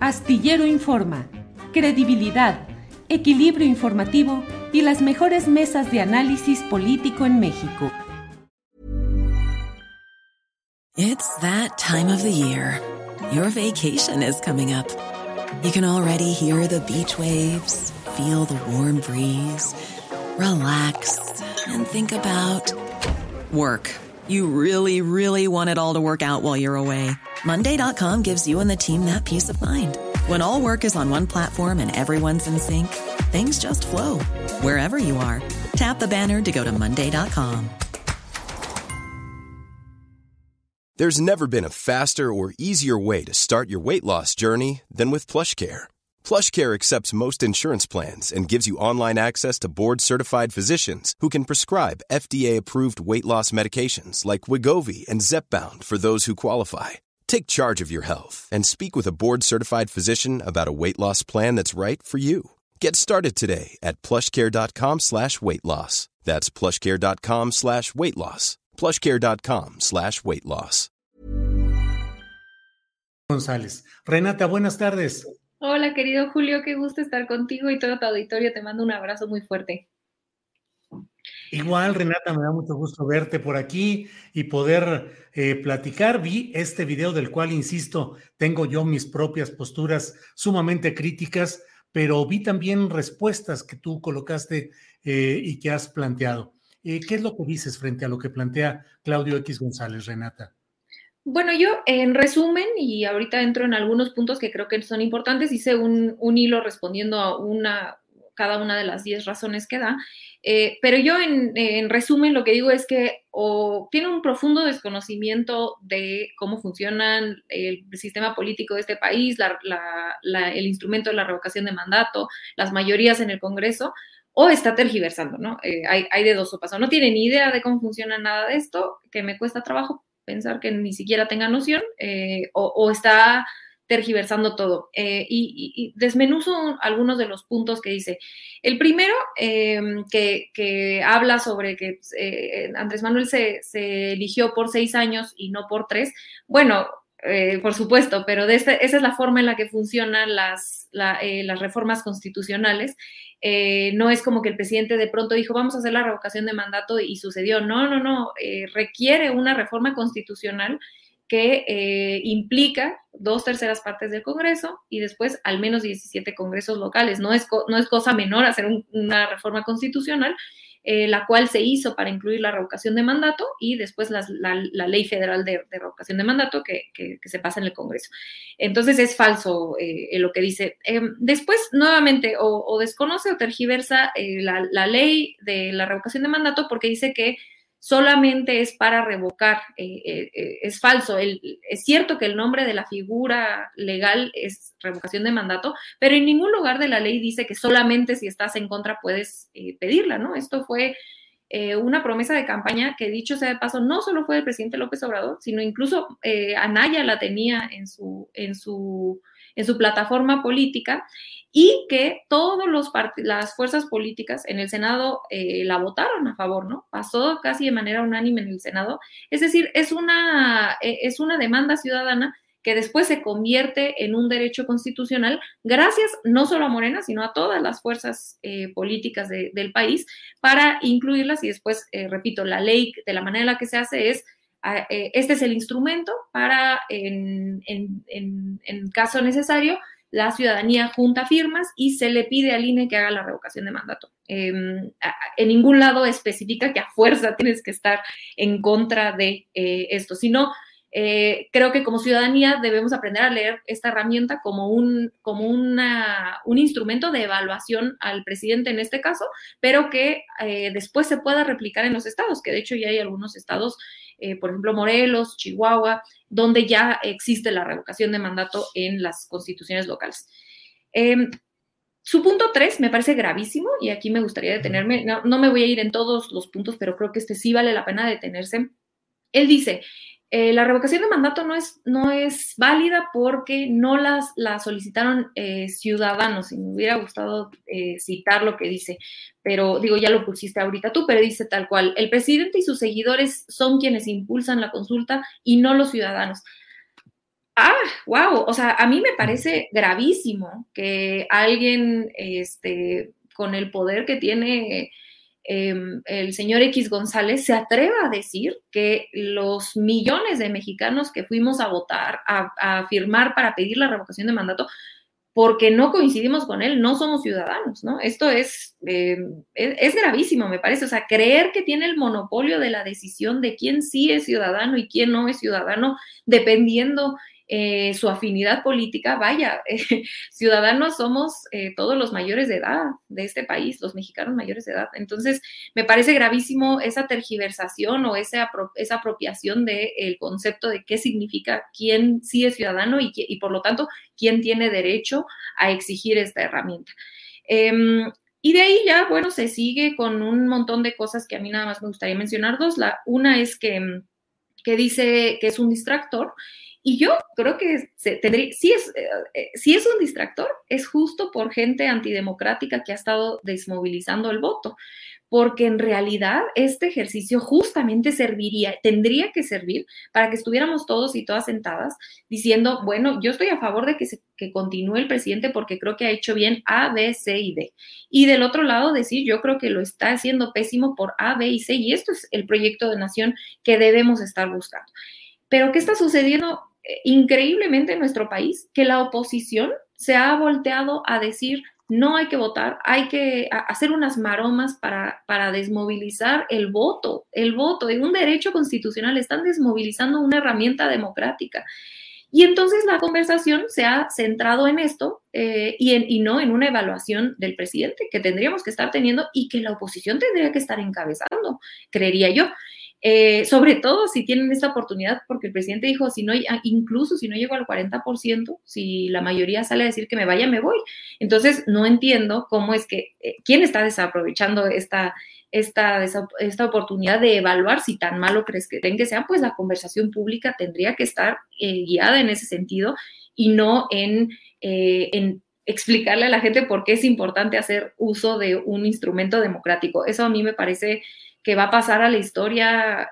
Astillero Informa, credibilidad, equilibrio informativo y las mejores mesas de análisis político en México. It's that time of the year. Your vacation is coming up. You can already hear the beach waves, feel the warm breeze, relax, and think about work. You really, really want it all to work out while you're away. Monday.com gives you and the team that peace of mind. When all work is on one platform and everyone's in sync, things just flow. Wherever you are, tap the banner to go to Monday.com. There's never been a faster or easier way to start your weight loss journey than with PlushCare. PlushCare accepts most insurance plans and gives you online access to board-certified physicians who can prescribe FDA-approved weight loss medications like Wegovy and Zepbound for those who qualify. Take charge of your health and speak with a board-certified physician about a weight loss plan that's right for you. Get started today at plushcare.com/weight loss. That's plushcare.com/weight loss. plushcare.com/weight loss. González. Renata, buenas tardes. Hola, querido Julio, qué gusto estar contigo y todo tu auditorio. Te mando un abrazo muy fuerte. Igual, Renata, me da mucho gusto verte por aquí y poder platicar. Vi este video del cual, insisto, tengo yo mis propias posturas sumamente críticas, pero vi también respuestas que tú colocaste y que has planteado. ¿Qué es lo que dices frente a lo que plantea Claudio X González, Renata? Bueno, yo en resumen, y ahorita entro en algunos puntos que creo que son importantes, hice un hilo respondiendo a cada una de las 10 razones que da, pero yo en resumen lo que digo es que tiene un profundo desconocimiento de cómo funcionan el sistema político de este país, el instrumento de la revocación de mandato, las mayorías en el Congreso, o está tergiversando, ¿no? Hay de dos sopas, o no tiene ni idea de cómo funciona nada de esto, que me cuesta trabajo pensar que ni siquiera tenga noción, o está tergiversando todo. Y desmenuzo algunos de los puntos que dice. El primero, que habla sobre que Andrés Manuel se eligió por 6 años y no por 3. Bueno, por supuesto, pero esa es la forma en la que funcionan las reformas constitucionales. No es como que el presidente de pronto dijo, vamos a hacer la revocación de mandato y sucedió. No. Requiere una reforma constitucional que implica 2/3 partes del Congreso y después al menos 17 congresos locales. No es cosa menor hacer una reforma constitucional, la cual se hizo para incluir la revocación de mandato y después la ley federal de revocación de mandato que se pasa en el Congreso. Entonces es falso lo que dice. Después, nuevamente, o desconoce o tergiversa la ley de la revocación de mandato porque dice que solamente es para revocar. Es falso. Es cierto que el nombre de la figura legal es revocación de mandato, pero en ningún lugar de la ley dice que solamente si estás en contra puedes pedirla, ¿no? Esto fue una promesa de campaña que, dicho sea de paso, no solo fue del presidente López Obrador, sino incluso Anaya la tenía en su plataforma política, y que todas las fuerzas políticas en el Senado la votaron a favor, ¿no? Pasó casi de manera unánime en el Senado. Es decir, es una demanda ciudadana que después se convierte en un derecho constitucional gracias no solo a Morena, sino a todas las fuerzas políticas del país para incluirlas. Y después, repito, la ley de la manera en la que se hace es este es el instrumento para, en caso necesario, la ciudadanía junta firmas y se le pide al INE que haga la revocación de mandato. En ningún lado especifica que a fuerza tienes que estar en contra de esto, sino creo que como ciudadanía debemos aprender a leer esta herramienta como un instrumento de evaluación al presidente en este caso, pero que después se pueda replicar en los estados, que de hecho ya hay algunos estados, por ejemplo Morelos, Chihuahua, donde ya existe la revocación de mandato en las constituciones locales. Su punto 3 me parece gravísimo y aquí me gustaría detenerme. No me voy a ir en todos los puntos, pero creo que este sí vale la pena detenerse. Él dice, la revocación de mandato no es válida porque no la solicitaron ciudadanos, y me hubiera gustado citar lo que dice, pero digo, ya lo pusiste ahorita tú, pero dice tal cual, el presidente y sus seguidores son quienes impulsan la consulta y no los ciudadanos. Wow, o sea, a mí me parece gravísimo que alguien con el poder que tiene el señor X González se atreva a decir que los millones de mexicanos que fuimos a votar, a firmar para pedir la revocación de mandato, porque no coincidimos con él, no somos ciudadanos, ¿no? Esto es gravísimo, me parece. O sea, creer que tiene el monopolio de la decisión de quién sí es ciudadano y quién no es ciudadano, dependiendo su afinidad política, vaya, ciudadanos somos todos los mayores de edad de este país, los mexicanos mayores de edad. Entonces, me parece gravísimo esa tergiversación o esa apropiación del concepto de qué significa quién sí es ciudadano y por lo tanto, quién tiene derecho a exigir esta herramienta. Y de ahí ya, bueno, se sigue con un montón de cosas que a mí nada más me gustaría mencionar dos. Una es que dice que es un distractor. Y yo creo que si es un distractor, es justo por gente antidemocrática que ha estado desmovilizando el voto, porque en realidad este ejercicio justamente tendría que servir para que estuviéramos todos y todas sentadas diciendo, bueno, yo estoy a favor de que continúe el presidente porque creo que ha hecho bien A, B, C y D. Y del otro lado decir, yo creo que lo está haciendo pésimo por A, B y C, y esto es el proyecto de nación que debemos estar buscando. Pero ¿qué está sucediendo increíblemente en nuestro país? Que la oposición se ha volteado a decir, no hay que votar, hay que hacer unas maromas para desmovilizar el voto, es un derecho constitucional, están desmovilizando una herramienta democrática. Y entonces la conversación se ha centrado en esto y no en una evaluación del presidente que tendríamos que estar teniendo y que la oposición tendría que estar encabezando, creería yo. Sobre todo si tienen esta oportunidad, porque el presidente dijo, incluso si no llego al 40%, si la mayoría sale a decir que me vaya, me voy. Entonces, no entiendo cómo es que, ¿quién está desaprovechando esta oportunidad de evaluar si tan malo creen que sea? Pues la conversación pública tendría que estar guiada en ese sentido y no en explicarle a la gente por qué es importante hacer uso de un instrumento democrático. Eso a mí me parece que va a pasar a la historia.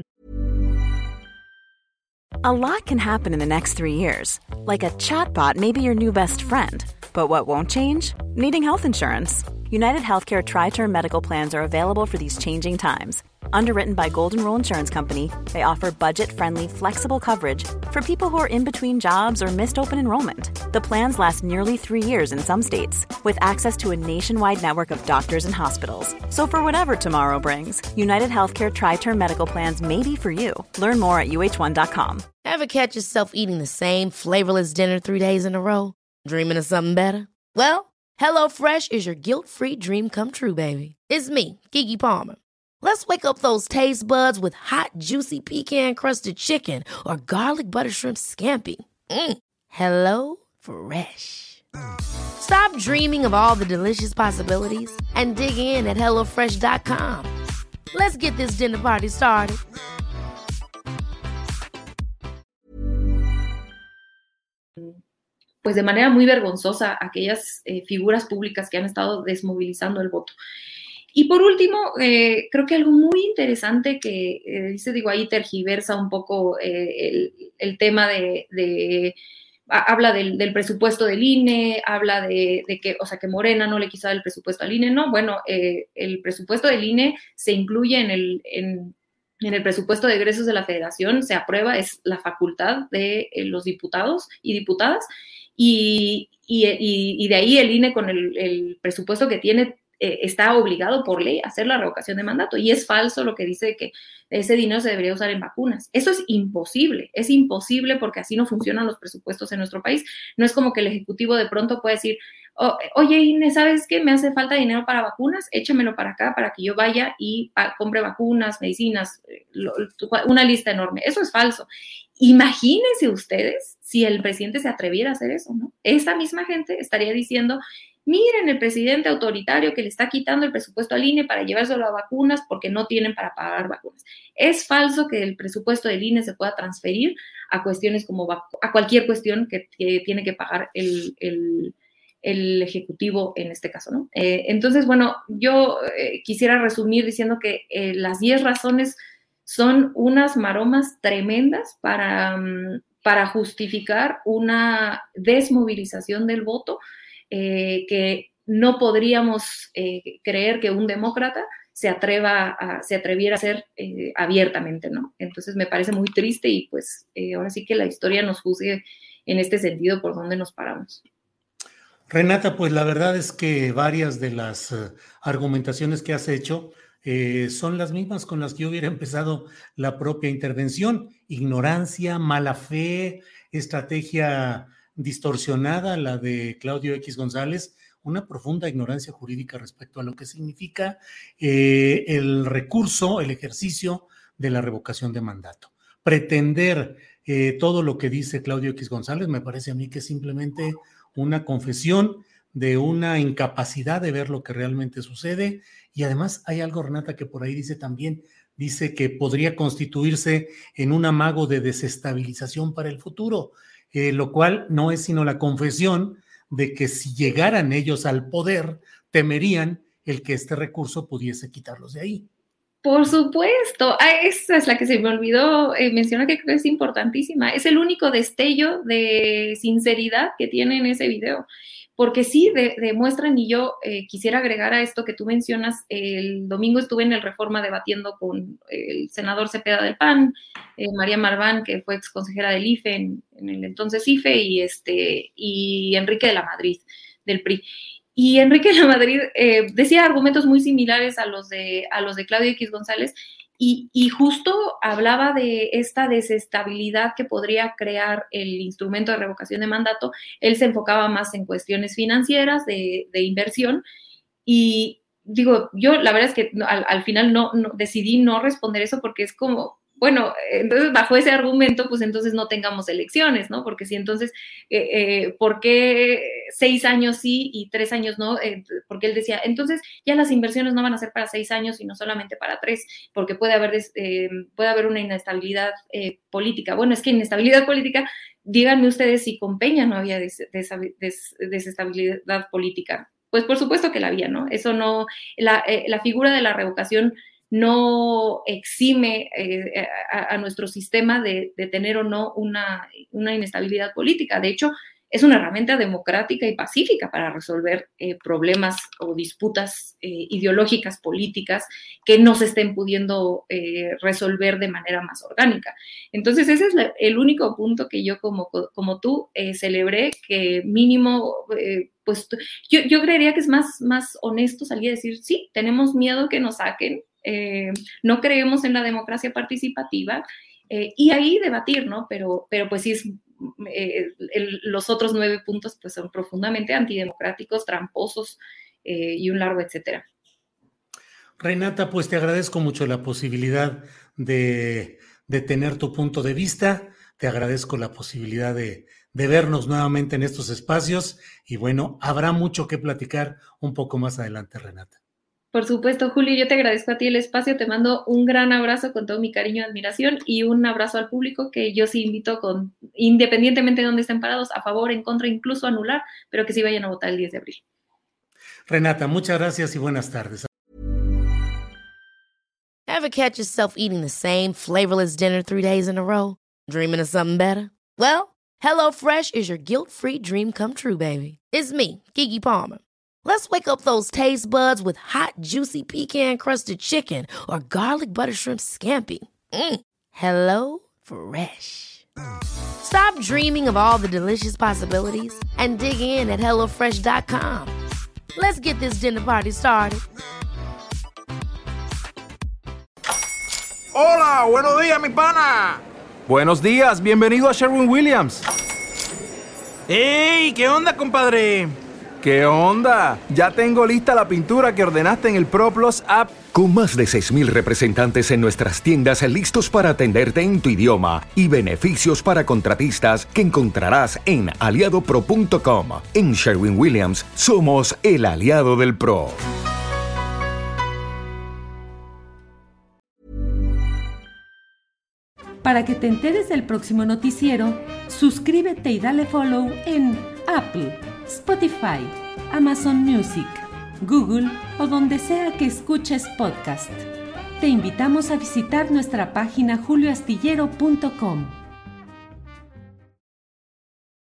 A lot can happen in the next 3 years. Like a chatbot may be your new best friend. But what won't change? Needing health insurance. United Healthcare Tri-Term Medical Plans are available for these changing times. Underwritten by Golden Rule Insurance Company, they offer budget-friendly, flexible coverage for people who are in between jobs or missed open enrollment. The plans last nearly 3 years in some states, with access to a nationwide network of doctors and hospitals. So for whatever tomorrow brings, United Healthcare Tri-Term Medical Plans may be for you. Learn more at uh1.com. Ever catch yourself eating the same flavorless dinner 3 days in a row? Dreaming of something better? Well, HelloFresh is your guilt-free dream come true, baby. It's me, Keke Palmer. Let's wake up those taste buds with hot, juicy pecan-crusted chicken or garlic butter shrimp scampi. Hello Fresh. Stop dreaming of all the delicious possibilities and dig in at HelloFresh.com. Let's get this dinner party started. Pues de manera muy vergonzosa aquellas figuras públicas que han estado desmovilizando el voto. Y por último, creo que algo muy interesante que ahí tergiversa un poco el tema habla del presupuesto del INE, habla de que, o sea, que Morena no le quiso dar el presupuesto al INE, no, bueno, el presupuesto del INE se incluye en el presupuesto de egresos de la Federación, se aprueba, es la facultad de los diputados y diputadas, y de ahí el INE con el presupuesto que tiene está obligado por ley a hacer la revocación de mandato, y es falso lo que dice que ese dinero se debería usar en vacunas. Eso es imposible porque así no funcionan los presupuestos en nuestro país. No es como que el Ejecutivo de pronto puede decir, oye, Inés, ¿sabes qué? Me hace falta dinero para vacunas, échamelo para acá para que yo vaya y compre vacunas, medicinas, una lista enorme. Eso es falso. Imagínense ustedes si el presidente se atreviera a hacer eso, ¿no? Esa misma gente estaría diciendo, miren el presidente autoritario que le está quitando el presupuesto al INE para llevárselo a vacunas porque no tienen para pagar vacunas. Es falso que el presupuesto del INE se pueda transferir a cuestiones a cualquier cuestión que tiene que pagar el Ejecutivo en este caso, ¿no? Entonces, bueno, yo quisiera resumir diciendo que las 10 razones son unas maromas tremendas para para justificar una desmovilización del voto que no podríamos creer que un demócrata se atreviera a hacer abiertamente, ¿no? Entonces me parece muy triste y pues ahora sí que la historia nos juzgue en este sentido por dónde nos paramos. Renata, pues la verdad es que varias de las argumentaciones que has hecho son las mismas con las que yo hubiera empezado la propia intervención. Ignorancia, mala fe, estrategia distorsionada, la de Claudio X González, una profunda ignorancia jurídica respecto a lo que significa el recurso, el ejercicio de la revocación de mandato. Pretender todo lo que dice Claudio X González me parece a mí que es simplemente una confesión de una incapacidad de ver lo que realmente sucede. Y además hay algo, Renata, que por ahí dice también, dice que podría constituirse en un amago de desestabilización para el futuro, lo cual no es sino la confesión de que si llegaran ellos al poder, temerían el que este recurso pudiese quitarlos de ahí. Por supuesto, esa es la que se me olvidó mencionar, que creo que es importantísima. Es el único destello de sinceridad que tiene en ese video, porque sí demuestran, y yo quisiera agregar a esto que tú mencionas, el domingo estuve en el Reforma debatiendo con el senador Cepeda del PAN, María Marván, que fue ex consejera del IFE en el entonces IFE, y Enrique de la Madrid, del PRI. Y Enrique de la Madrid decía argumentos muy similares a los de Claudio X González, y justo hablaba de esta desestabilidad que podría crear el instrumento de revocación de mandato. Él se enfocaba más en cuestiones financieras, de inversión, y digo, yo la verdad es que al final no decidí no responder eso, porque es como, bueno, entonces bajo ese argumento, pues entonces no tengamos elecciones, ¿no? Porque si entonces, ¿por qué 6 años sí y 3 años no? Porque él decía, entonces ya las inversiones no van a ser para 6 años, sino solamente para 3, porque puede haber una inestabilidad política. Bueno, es que inestabilidad política, díganme ustedes si con Peña no había desestabilidad política. Pues por supuesto que la había, ¿no? Eso no, la figura de la revocación no exime a nuestro sistema de tener o no una inestabilidad política. De hecho, es una herramienta democrática y pacífica para resolver problemas o disputas ideológicas, políticas, que no se estén pudiendo resolver de manera más orgánica. Entonces, ese es el único punto que yo, como tú, celebré, que mínimo, pues yo creería que es más honesto salir a decir, sí, tenemos miedo que nos saquen, no creemos en la democracia participativa, y ahí debatir, ¿no? Pero pues sí, los otros 9 puntos pues son profundamente antidemocráticos, tramposos, y un largo etcétera. Renata, pues te agradezco mucho la posibilidad de tener tu punto de vista, te agradezco la posibilidad de vernos nuevamente en estos espacios, y bueno, habrá mucho que platicar un poco más adelante, Renata. Por supuesto, Julio, yo te agradezco a ti el espacio, te mando un gran abrazo con todo mi cariño y admiración, y un abrazo al público, que yo sí invito, independientemente de dónde estén parados, a favor, en contra, incluso anular, pero que sí vayan a votar el 10 de abril. Renata, muchas gracias y buenas tardes. Ever catch yourself eating the same flavorless dinner 3 days in a row? Dreaming of something better? Well, HelloFresh is your guilt-free dream come true, baby. It's me, Keke Palmer. Let's wake up those taste buds with hot, juicy pecan-crusted chicken or garlic butter shrimp scampi. Hello Fresh. Stop dreaming of all the delicious possibilities and dig in at HelloFresh.com. Let's get this dinner party started. Hola, buenos días, mi pana. Buenos días, bienvenido a Sherwin-Williams. ¡Ey! ¿Qué onda, compadre? ¿Qué onda? Ya tengo lista la pintura que ordenaste en el ProPlus app. Con más de 6,000 representantes en nuestras tiendas listos para atenderte en tu idioma y beneficios para contratistas que encontrarás en aliadopro.com. En Sherwin-Williams somos el aliado del pro. Para que te enteres del próximo noticiero, suscríbete y dale follow en Apple, Spotify, Amazon Music, Google o donde sea que escuches podcast. Te invitamos a visitar nuestra página julioastillero.com.